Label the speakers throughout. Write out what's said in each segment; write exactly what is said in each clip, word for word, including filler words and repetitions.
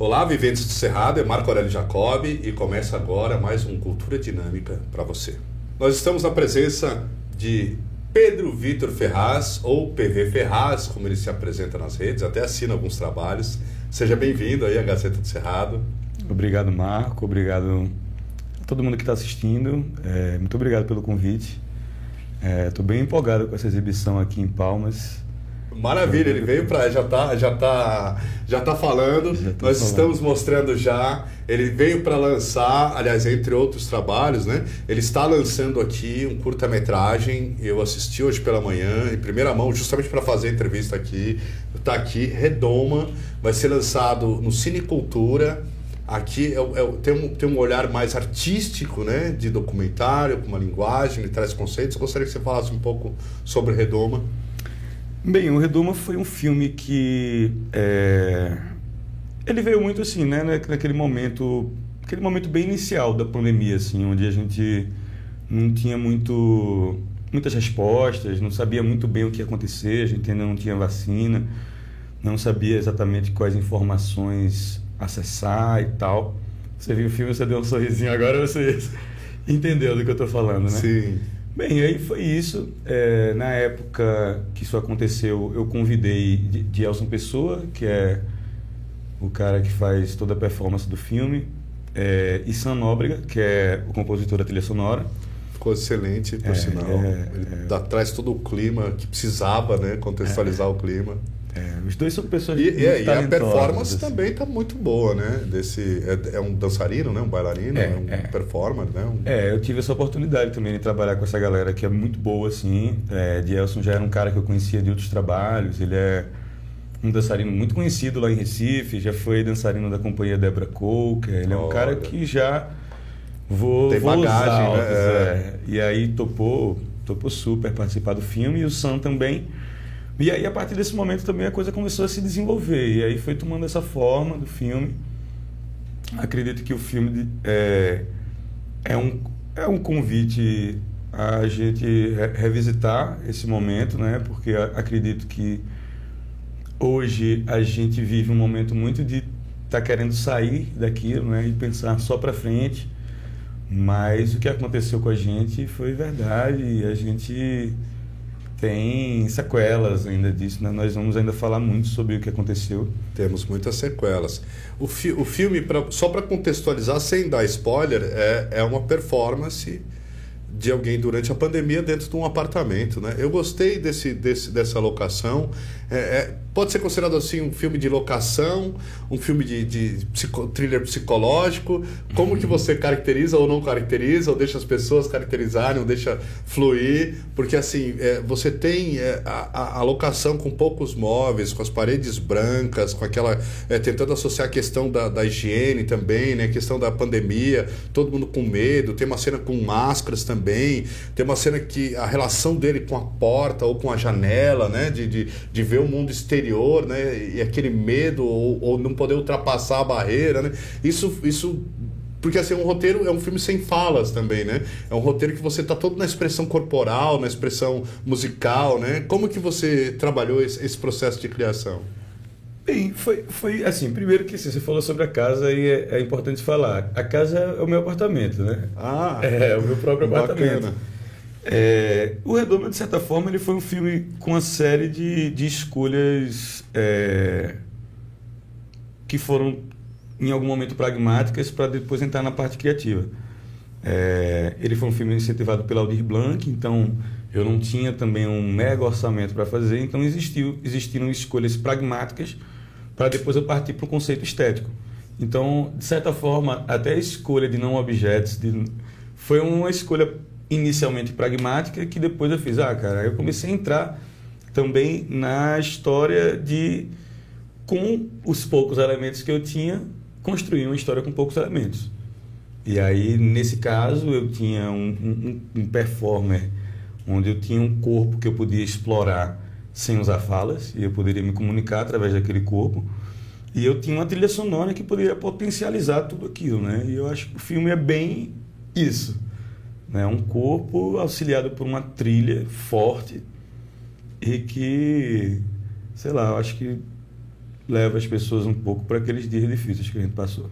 Speaker 1: Olá, viventes do Cerrado, é Marco Aurélio Jacobi e começa agora mais um Cultura Dinâmica para você. Nós estamos na presença de Pedro Vitor Ferraz, ou P V Ferraz, como ele se apresenta nas redes, até assina alguns trabalhos. Seja bem-vindo aí à Gazeta do Cerrado.
Speaker 2: Obrigado, Marco, obrigado a todo mundo que está assistindo, é, muito obrigado pelo convite. Estou é, bem empolgado com essa exibição aqui em Palmas.
Speaker 1: Maravilha, ele veio para já tá, já tá, já tá falando. Já Nós falando. Estamos mostrando já. Ele veio para lançar, aliás, entre outros trabalhos, né? Ele está lançando aqui um curta-metragem. Eu assisti hoje pela manhã, em primeira mão, justamente para fazer a entrevista aqui. Está aqui, Redoma, vai ser lançado no Cinecultura. Aqui é, é, tem, um, tem um olhar mais artístico, né? De documentário, com uma linguagem, ele traz conceitos. Eu gostaria que você falasse um pouco sobre Redoma.
Speaker 2: Bem, o Redoma foi um filme que é, ele veio muito assim, né, naquele momento, aquele momento bem inicial da pandemia, assim, onde a gente não tinha muito, muitas respostas, não sabia muito bem o que ia acontecer, a gente ainda não tinha vacina, não sabia exatamente quais informações acessar e tal. Você viu o filme, você deu um sorrisinho agora, você entendeu do que eu estou falando, né?
Speaker 1: Sim.
Speaker 2: Bem, aí foi isso. É, na época que isso aconteceu, eu convidei Dielson Pessoa, que é o cara que faz toda a performance do filme, é, e Sam Nóbrega, que é o compositor da trilha sonora.
Speaker 1: Ficou excelente, por
Speaker 2: é,
Speaker 1: sinal.
Speaker 2: É,
Speaker 1: Ele
Speaker 2: é,
Speaker 1: dá, traz todo o clima que precisava, né? Contextualizar
Speaker 2: é,
Speaker 1: o clima.
Speaker 2: É, os dois são pessoas
Speaker 1: e,
Speaker 2: muito
Speaker 1: e, e a performance
Speaker 2: assim.
Speaker 1: também está muito boa, né? Desse, é, é um dançarino, né? Um bailarino,
Speaker 2: é,
Speaker 1: é um
Speaker 2: é.
Speaker 1: performer, né? Um...
Speaker 2: É, eu tive essa oportunidade também de trabalhar com essa galera que é muito boa, assim. É, Dielson já era um cara que eu conhecia de outros trabalhos, ele é um dançarino muito conhecido lá em Recife, já foi dançarino da companhia Debra Coker, ele é um
Speaker 1: Olha.
Speaker 2: cara que já vou,
Speaker 1: tem
Speaker 2: vou
Speaker 1: bagagem,
Speaker 2: altos,
Speaker 1: né?
Speaker 2: É. E aí topou, topou super participar do filme, e o Sam também. E aí, a partir desse momento, também a coisa começou a se desenvolver. E aí foi tomando essa forma do filme. Acredito que o filme é, é, um, é um convite a gente re- revisitar esse momento, né? Porque acredito que hoje a gente vive um momento muito de estar tá querendo sair daquilo, né? E pensar só para frente. Mas o que aconteceu com a gente foi verdade. E a gente... tem sequelas ainda disso, né? Nós vamos ainda falar muito sobre o que aconteceu.
Speaker 1: Temos muitas sequelas. O, fi- o filme, pra, só para contextualizar, sem dar spoiler, é, é uma performance de alguém durante a pandemia dentro de um apartamento, né? Eu gostei desse, desse, dessa locação. É, é, pode ser considerado assim um filme de locação, um filme de, de psico, thriller psicológico. Como que você caracteriza ou não caracteriza, ou deixa as pessoas caracterizarem, ou deixa fluir? Porque assim, é, você tem é, a, a locação com poucos móveis, com as paredes brancas, com aquela é, tentando associar a questão da, da higiene também, né? A questão da pandemia, todo mundo com medo. Tem uma cena com máscaras também. Tem uma cena que a relação dele com a porta ou com a janela, né? De, de, de ver o mundo exterior, né? E aquele medo ou, ou não poder ultrapassar a barreira, né? Isso, isso porque assim, um roteiro é um filme sem falas também, né? É um roteiro que você tá todo na expressão corporal, na expressão musical, né? Como que você trabalhou esse, esse processo de criação?
Speaker 2: Bem, foi, foi assim, primeiro que assim, você falou sobre a casa e é, é importante falar. A casa é o meu apartamento, né?
Speaker 1: Ah,
Speaker 2: é o meu próprio apartamento.
Speaker 1: Bacana.
Speaker 2: É, o Redoma, de certa forma, ele foi um filme com uma série de, de escolhas é, que foram, em algum momento, pragmáticas para depois entrar na parte criativa. É, ele foi um filme incentivado pela Aldir Blanc, então eu não tinha também um mega orçamento para fazer, então existiu, existiram escolhas pragmáticas para depois eu partir para o conceito estético. Então, de certa forma, até a escolha de não objetos de, foi uma escolha inicialmente pragmática, que depois eu fiz, ah, cara, eu comecei a entrar também na história de, com os poucos elementos que eu tinha, construir uma história com poucos elementos. E aí, nesse caso, eu tinha um, um, um performer onde eu tinha um corpo que eu podia explorar sem usar falas, e eu poderia me comunicar através daquele corpo, e eu tinha uma trilha sonora que poderia potencializar tudo aquilo, né? E eu acho que o filme é bem isso. Né? Um corpo auxiliado por uma trilha forte e que, sei lá, eu acho que leva as pessoas um pouco para aqueles dias difíceis que a gente passou.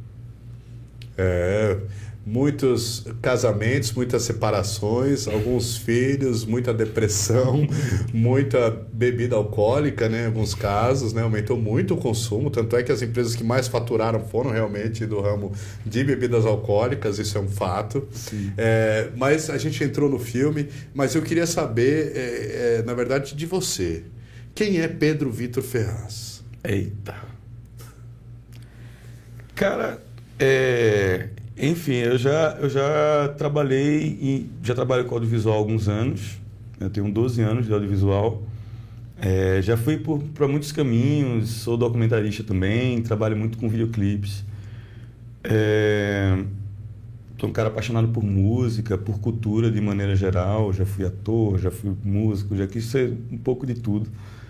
Speaker 1: É, muitos casamentos, muitas separações, alguns filhos, muita depressão, muita bebida alcoólica, né? Em alguns casos, né? Aumentou muito o consumo, tanto é que as empresas que mais faturaram foram realmente do ramo de bebidas alcoólicas, isso é um fato. É, mas a gente entrou no filme, mas eu queria saber, é, é, na verdade, de você. Quem é Pedro Vitor Ferraz?
Speaker 2: Eita! Cara... É, enfim, eu já, eu já trabalhei, em, já trabalho com audiovisual há alguns anos, eu tenho doze anos de audiovisual, é, já fui para muitos caminhos, sou documentarista também, trabalho muito com videoclipes, é, sou um cara apaixonado por música, por cultura de maneira geral, já fui ator, já fui músico, já quis ser um pouco de tudo.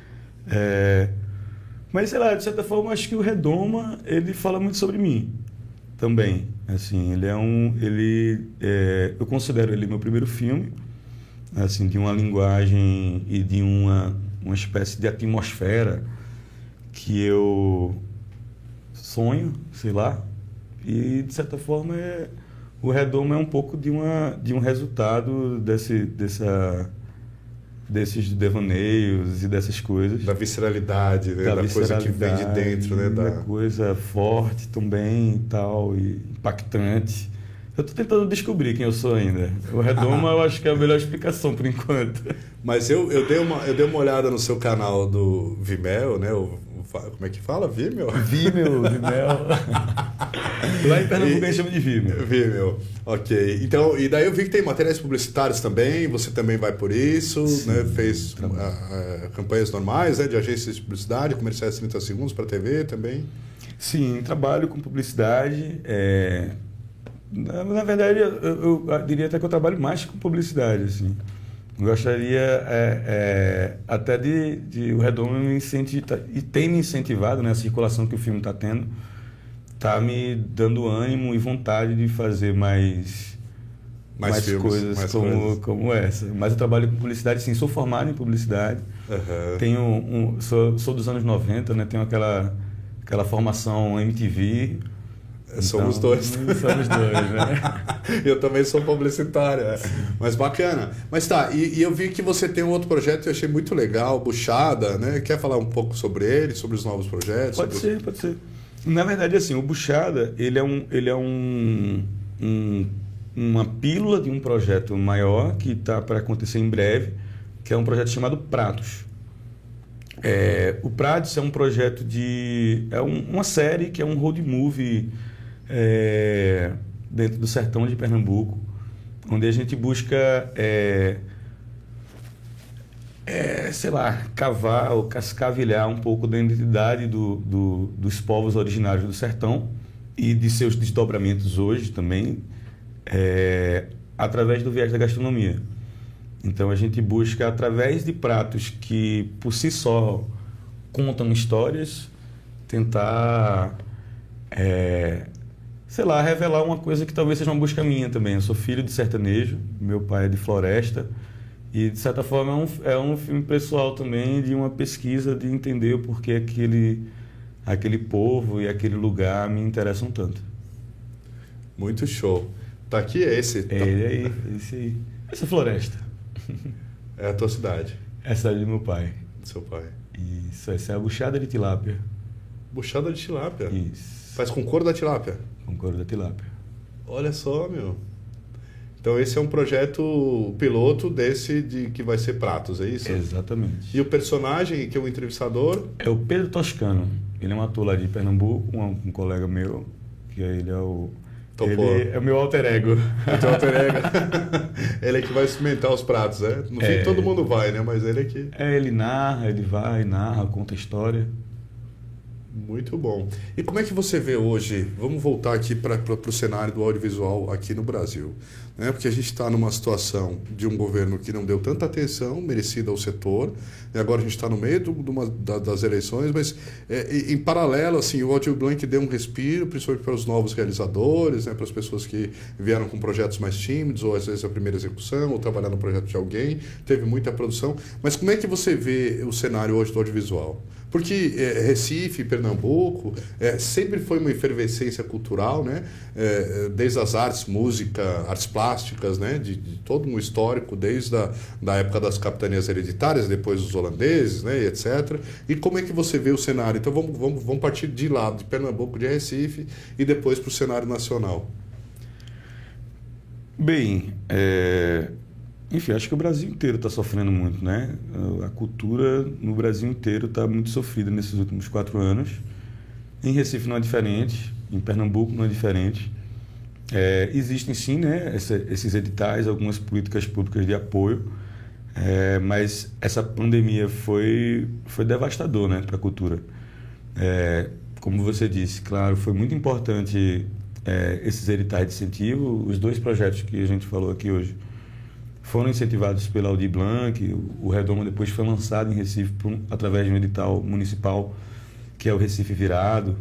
Speaker 2: É, mas, sei lá, de certa forma, acho que o Redoma, ele fala muito sobre mim. Também, assim, ele é um, ele, é, eu considero ele meu primeiro filme, assim, de uma linguagem e de uma, uma espécie de atmosfera que eu sonho, sei lá, e de certa forma é, o Redoma é um pouco de, uma, de um resultado desse, dessa, desses devaneios e dessas coisas.
Speaker 1: Da visceralidade, né?
Speaker 2: Da,
Speaker 1: da coisa que vem de dentro, né? Da...
Speaker 2: da coisa forte também e tal, e impactante. Eu estou tentando descobrir quem eu sou ainda. O Redoma eu acho que é a melhor explicação por enquanto.
Speaker 1: Mas eu, eu, dei uma, eu dei uma olhada no seu canal do Vimeo, né? O, o, como é que fala? Vimeo?
Speaker 2: Vimeo, Vimeo. Lá em Pernambuco a gente chama de Vimeo.
Speaker 1: Vimeo, ok. Então, e daí eu vi que tem materiais publicitários também, você também vai por isso, sim, né? Fez uh, uh, campanhas normais, né? De agências de publicidade, comerciais trinta segundos para T V também.
Speaker 2: Sim, trabalho com publicidade. É... Na, na verdade, eu, eu, eu diria até que eu trabalho mais com publicidade, assim. Gostaria é, é, até de, de o Redoma me incentivar, e tem me incentivado, né, a circulação que o filme está tendo, está me dando ânimo e vontade de fazer mais,
Speaker 1: mais,
Speaker 2: mais
Speaker 1: filmes,
Speaker 2: coisas,
Speaker 1: mais
Speaker 2: como,
Speaker 1: coisas
Speaker 2: como essa. Mas eu trabalho com publicidade, sim, sou formado em publicidade,
Speaker 1: uhum.
Speaker 2: tenho um, sou, sou dos anos noventa, né, tenho aquela, aquela formação M T V.
Speaker 1: Somos
Speaker 2: então,
Speaker 1: dois.
Speaker 2: Somos dois, né?
Speaker 1: Eu também sou publicitário, é. Mas bacana. Mas tá, e, e eu vi que você tem um outro projeto que eu achei muito legal, Buchada, né? Quer falar um pouco sobre ele, sobre os novos projetos?
Speaker 2: Pode
Speaker 1: sobre...
Speaker 2: ser, pode ser. Na verdade, assim, o Buchada, ele é, um, ele é um, um, uma pílula de um projeto maior que está para acontecer em breve, que é um projeto chamado Pratos. É, o Pratos é um projeto de... é um, uma série que é um road movie... É, dentro do sertão de Pernambuco, onde a gente busca, é, é, sei lá, cavar ou cascavilhar um pouco da identidade do, do, dos povos originários do sertão e de seus desdobramentos hoje também, é, através do viés da gastronomia. Então a gente busca, através de pratos que por si só contam histórias, tentar... É, sei lá, revelar uma coisa que talvez seja uma busca minha também. Eu sou filho de sertanejo, meu pai é de floresta, e de certa forma é um, é um filme pessoal também de uma pesquisa de entender o porquê aquele, aquele povo e aquele lugar me interessam tanto.
Speaker 1: Muito show. Tá aqui é esse?
Speaker 2: É ele aí, esse aí. Essa floresta.
Speaker 1: É a tua cidade?
Speaker 2: É a cidade do meu pai.
Speaker 1: Do seu pai.
Speaker 2: Isso, essa é a buchada de tilápia.
Speaker 1: Buchada de tilápia?
Speaker 2: Isso.
Speaker 1: Faz com couro da tilápia?
Speaker 2: Com couro da tilápia.
Speaker 1: Olha só, meu. Então esse é um projeto piloto desse de que vai ser Pratos, é isso?
Speaker 2: Exatamente.
Speaker 1: E o personagem, que é o entrevistador?
Speaker 2: É o Pedro Toscano. Ele é um ator lá de Pernambuco, um, um colega meu, que ele é o...
Speaker 1: Topou.
Speaker 2: Ele é o meu alter ego.
Speaker 1: O teu alter ego. Ele é que vai experimentar os pratos, né? No fim
Speaker 2: é,
Speaker 1: todo mundo vai, né? Mas ele é que...
Speaker 2: É, ele narra, ele vai, narra, conta a história.
Speaker 1: Muito bom. E como é que você vê hoje, vamos voltar aqui para o cenário do audiovisual aqui no Brasil, né? Porque a gente está numa situação de um governo que não deu tanta atenção merecida ao setor, e agora a gente está no meio do, de uma, da, das eleições, mas é, em paralelo, assim, o Aldir Blanc deu um respiro, principalmente para os novos realizadores, né? Para as pessoas que vieram com projetos mais tímidos, ou às vezes a primeira execução, ou trabalhar no projeto de alguém, teve muita produção. Mas como é que você vê o cenário hoje do audiovisual? Porque é, Recife, Pernambuco, é, sempre foi uma efervescência cultural, né? É, desde as artes, música, artes plásticas, né? De, de todo um histórico, desde a da época das capitanias hereditárias, depois os holandeses, né? E etcétera. E como é que você vê o cenário? Então vamos, vamos, vamos partir de lá, de Pernambuco, de Recife, e depois para o cenário nacional.
Speaker 2: Bem, é... enfim, acho que o Brasil inteiro está sofrendo muito, né? A cultura no Brasil inteiro está muito sofrida nesses últimos quatro anos. Em Recife não é diferente, em Pernambuco não é diferente. É, existem sim, né, essa, esses editais, algumas políticas públicas de apoio, é, mas essa pandemia foi, foi devastador, né, para a cultura. É, como você disse, claro, foi muito importante é, esses editais de incentivo. Os dois projetos que a gente falou aqui hoje foram incentivados pela Aldir Blanc. O Redoma depois foi lançado em Recife por, através de um edital municipal, que é o Recife Virado.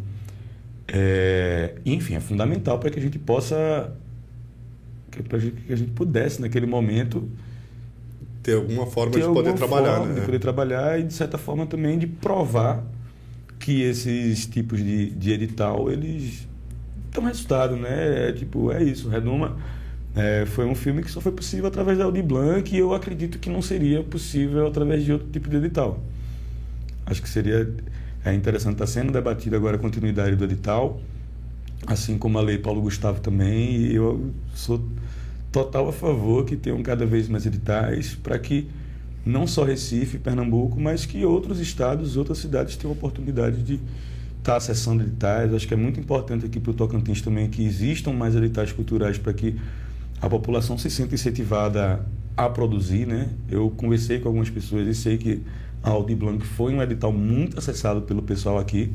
Speaker 2: É, enfim, é fundamental para que a gente possa, para que a gente pudesse, naquele momento,
Speaker 1: ter alguma forma de poder trabalhar,
Speaker 2: forma
Speaker 1: né?
Speaker 2: De poder trabalhar e, de certa forma, também de provar que esses tipos de, de edital, eles dão resultado, né? É, tipo, é isso, Redoma é, foi um filme que só foi possível através da Aldir Blanc, e eu acredito que não seria possível através de outro tipo de edital. Acho que seria é interessante, está sendo debatida agora a continuidade do edital, assim como a Lei Paulo Gustavo também, e eu sou total a favor que tenham cada vez mais editais para que não só Recife, Pernambuco, mas que outros estados, outras cidades tenham a oportunidade de estar acessando editais. Acho que é muito importante aqui para o Tocantins também que existam mais editais culturais para que a população se sinta incentivada a produzir, né? Eu conversei com algumas pessoas e sei que a Aldir Blanc foi um edital muito acessado pelo pessoal aqui,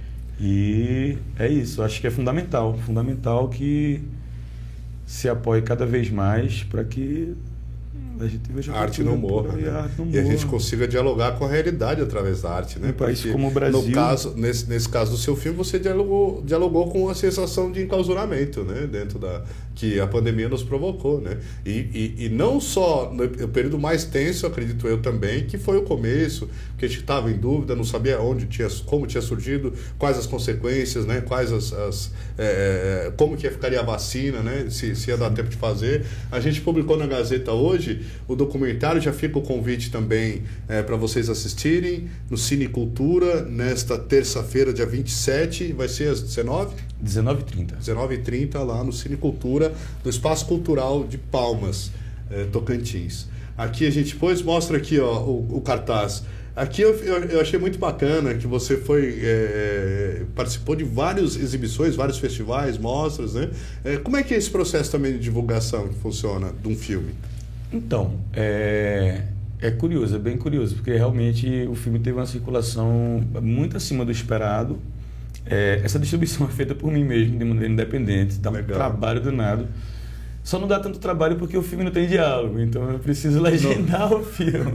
Speaker 2: e é isso. Acho que é fundamental, fundamental que se apoie cada vez mais para que a gente veja
Speaker 1: a arte não morra, né?
Speaker 2: E, a, arte não
Speaker 1: e a
Speaker 2: morra.
Speaker 1: gente consiga dialogar com a realidade através da arte, né?
Speaker 2: Um país
Speaker 1: Porque
Speaker 2: como o Brasil,
Speaker 1: no caso, nesse, nesse caso do seu filme, você dialogou, dialogou com a sensação de enclausuramento, né? Dentro da que a pandemia nos provocou, né? E, e, e não só no período mais tenso, acredito eu também, que foi o começo, que a gente estava em dúvida, não sabia onde tinha, como tinha surgido, quais as consequências, né? Quais as, as é, como que ficaria a vacina, né? Se, se ia dar tempo de fazer. A gente publicou na Gazeta hoje o documentário, já fica o convite também é, para vocês assistirem no Cine Cultura nesta terça-feira, dia vinte e sete, vai ser às dezenove?
Speaker 2: dezenove e trinta.
Speaker 1: dezenove e trinta lá no Cine Cultura, no Espaço Cultural de Palmas, eh, Tocantins. Aqui a gente depois mostra aqui, ó, o, o cartaz. Aqui eu, eu, eu achei muito bacana que você foi é, participou de várias exibições, vários festivais, mostras, né? É, como é que é esse processo também de divulgação que funciona de um filme?
Speaker 2: Então, é, é curioso, é bem curioso, porque realmente o filme teve uma circulação muito acima do esperado. É, essa distribuição é feita por mim mesmo, de maneira independente, dá um trabalho danado. Só não dá tanto trabalho porque o filme não tem diálogo, então eu preciso legendar não. o filme.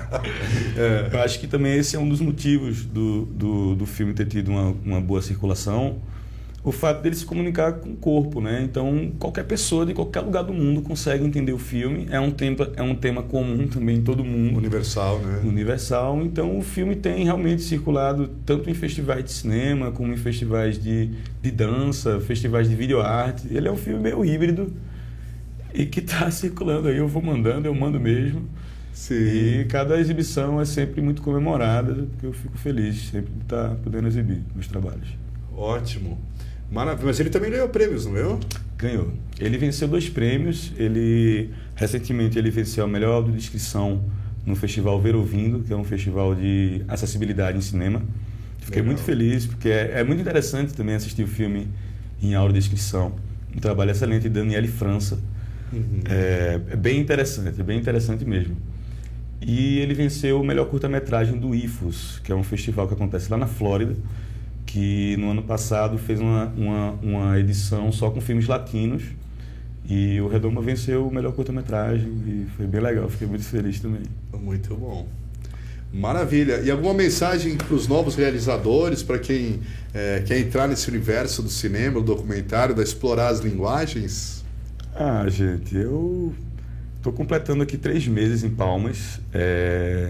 Speaker 2: É. Eu acho que também esse é um dos motivos do, do, do filme ter tido uma, uma boa circulação, o fato dele se comunicar com o corpo, né? Então, qualquer pessoa de qualquer lugar do mundo consegue entender o filme. É um tema, é um tema comum também em todo mundo.
Speaker 1: Universal, né?
Speaker 2: Universal. Então, o filme tem realmente circulado tanto em festivais de cinema, como em festivais de, de dança, festivais de videoarte. Ele é um filme meio híbrido e que está circulando aí. Eu vou mandando, eu mando mesmo.
Speaker 1: Sim.
Speaker 2: E cada exibição é sempre muito comemorada, porque eu fico feliz sempre de estar podendo exibir meus trabalhos.
Speaker 1: Ótimo. Maravilha. Mas ele também ganhou prêmios, não ganhou?
Speaker 2: Ganhou. Ele venceu dois prêmios. Ele recentemente ele venceu a melhor audiodescrição no Festival Ver Ouvindo, que é um festival de acessibilidade em cinema. Fiquei Legal. muito feliz, porque é, é muito interessante também assistir o filme em audiodescrição. Um trabalho excelente de Daniele França. Uhum. É, é bem interessante, é bem interessante mesmo. E ele venceu o melhor curta-metragem do I F O S, que é um festival que acontece lá na Flórida, que no ano passado fez uma, uma, uma edição só com filmes latinos, e o Redoma venceu o melhor curta-metragem e foi bem legal, fiquei muito feliz também.
Speaker 1: Muito bom. Maravilha. E alguma mensagem para os novos realizadores, para quem é, quer entrar nesse universo do cinema, do documentário, da explorar as linguagens?
Speaker 2: Ah, gente, eu estou completando aqui três meses em Palmas, é,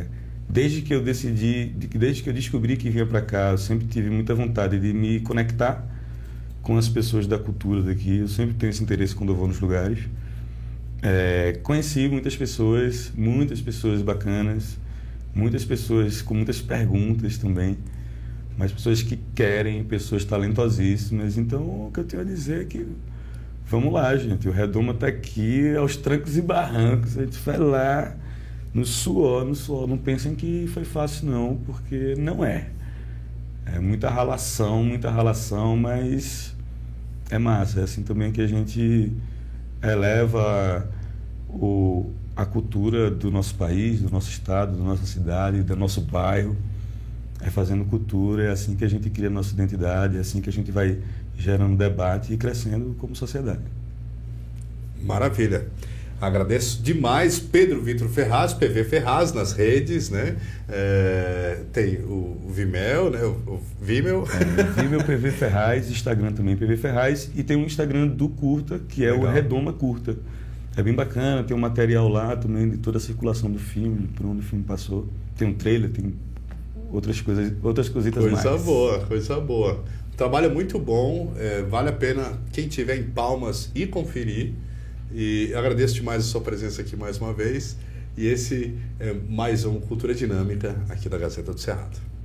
Speaker 2: desde que eu decidi, desde que eu descobri que vinha para cá, eu sempre tive muita vontade de me conectar com as pessoas da cultura daqui. Eu sempre tenho esse interesse quando eu vou nos lugares. É, conheci muitas pessoas, muitas pessoas bacanas, muitas pessoas com muitas perguntas também, mas pessoas que querem, pessoas talentosíssimas. Então, o que eu tenho a dizer é que vamos lá, gente. O Redoma está aqui aos trancos e barrancos. A gente vai lá no suor, no suor. Não pensem que foi fácil, não, porque não é. É muita ralação, muita ralação, mas é massa. É assim também que a gente eleva o, a cultura do nosso país, do nosso estado, da nossa cidade, do nosso bairro. É fazendo cultura, é assim que a gente cria a nossa identidade, é assim que a gente vai gerando debate e crescendo como sociedade.
Speaker 1: Maravilha. Agradeço demais Pedro Vitor Ferraz, P V Ferraz nas redes, né? É, tem o Vimeo, né? O, o Vimeo.
Speaker 2: É, Vimeo, P V Ferraz, Instagram também P V Ferraz, e tem um Instagram do Curta, que é Legal. O Redoma Curta. É bem bacana, tem um material lá também de toda a circulação do filme, por onde o filme passou. Tem um trailer, tem outras coisas, outras cositas
Speaker 1: coisa
Speaker 2: mais.
Speaker 1: Coisa boa, coisa boa. O trabalho é muito bom, é, vale a pena quem tiver em Palmas ir conferir. E agradeço demais a sua presença aqui mais uma vez. E esse é mais um Cultura Dinâmica aqui da Gazeta do Cerrado.